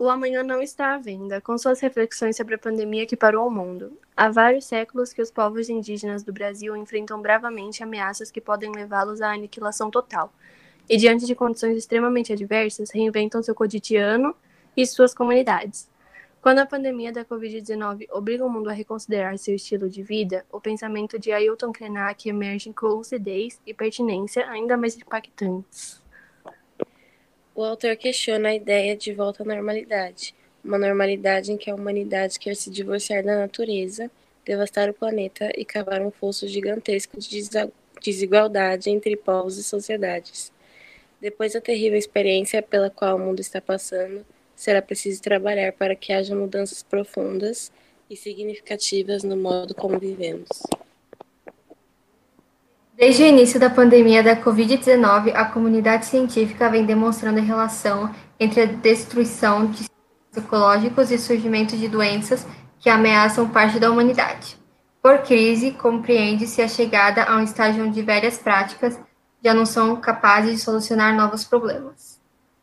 O Amanhã Não Está à Venda, com suas reflexões sobre a pandemia que parou o mundo. Há vários séculos que os povos indígenas do Brasil enfrentam bravamente ameaças que podem levá-los à aniquilação total. E diante de condições extremamente adversas, reinventam seu cotidiano e suas comunidades. Quando a pandemia da Covid-19 obriga o mundo a reconsiderar seu estilo de vida, o pensamento de Ailton Krenak emerge com lucidez e pertinência ainda mais impactantes. O autor questiona a ideia de volta à normalidade, uma normalidade em que a humanidade quer se divorciar da natureza, devastar o planeta e cavar um fosso gigantesco de desigualdade entre povos e sociedades. Depois da terrível experiência pela qual o mundo está passando, será preciso trabalhar para que haja mudanças profundas e significativas no modo como vivemos. Desde o início da pandemia da Covid-19, a comunidade científica vem demonstrando a relação entre a destruição de sistemas ecológicos e o surgimento de doenças que ameaçam parte da humanidade. Por crise, compreende-se a chegada a um estágio onde velhas práticas já não são capazes de solucionar novos problemas.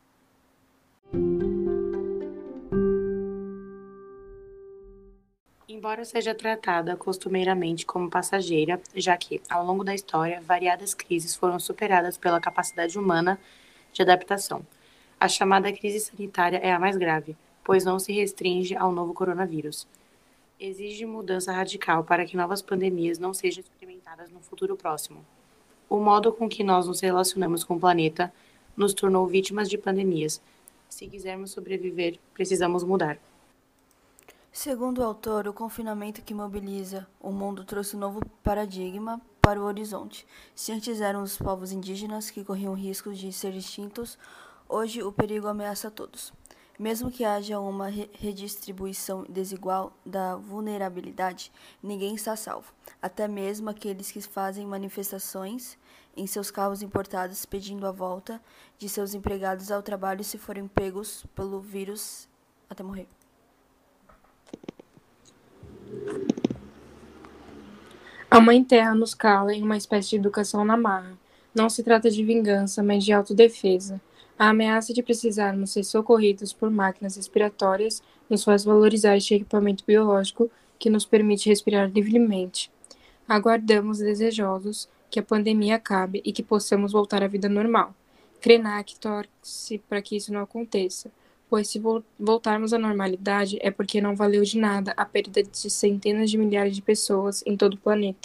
Embora seja tratada costumeiramente como passageira, já que, ao longo da história, variadas crises foram superadas pela capacidade humana de adaptação. A chamada crise sanitária é a mais grave, pois não se restringe ao novo coronavírus. Exige mudança radical para que novas pandemias não sejam experimentadas no futuro próximo. O modo com que nós nos relacionamos com o planeta nos tornou vítimas de pandemias. Se quisermos sobreviver, precisamos mudar. Segundo o autor, o confinamento que mobiliza o mundo trouxe um novo paradigma para o horizonte. Se antes eram os povos indígenas que corriam risco de ser extintos, hoje o perigo ameaça a todos. Mesmo que haja uma redistribuição desigual da vulnerabilidade, ninguém está salvo. Até mesmo aqueles que fazem manifestações em seus carros importados pedindo a volta de seus empregados ao trabalho se forem pegos pelo vírus até morrer. A Mãe Terra nos cala em uma espécie de educação na marra. Não se trata de vingança, mas de autodefesa. A ameaça de precisarmos ser socorridos por máquinas respiratórias nos faz valorizar este equipamento biológico que nos permite respirar livremente. Aguardamos desejosos que a pandemia acabe e que possamos voltar à vida normal. Krenak torce para que isso não aconteça, pois se voltarmos à normalidade é porque não valeu de nada a perda de centenas de milhares de pessoas em todo o planeta.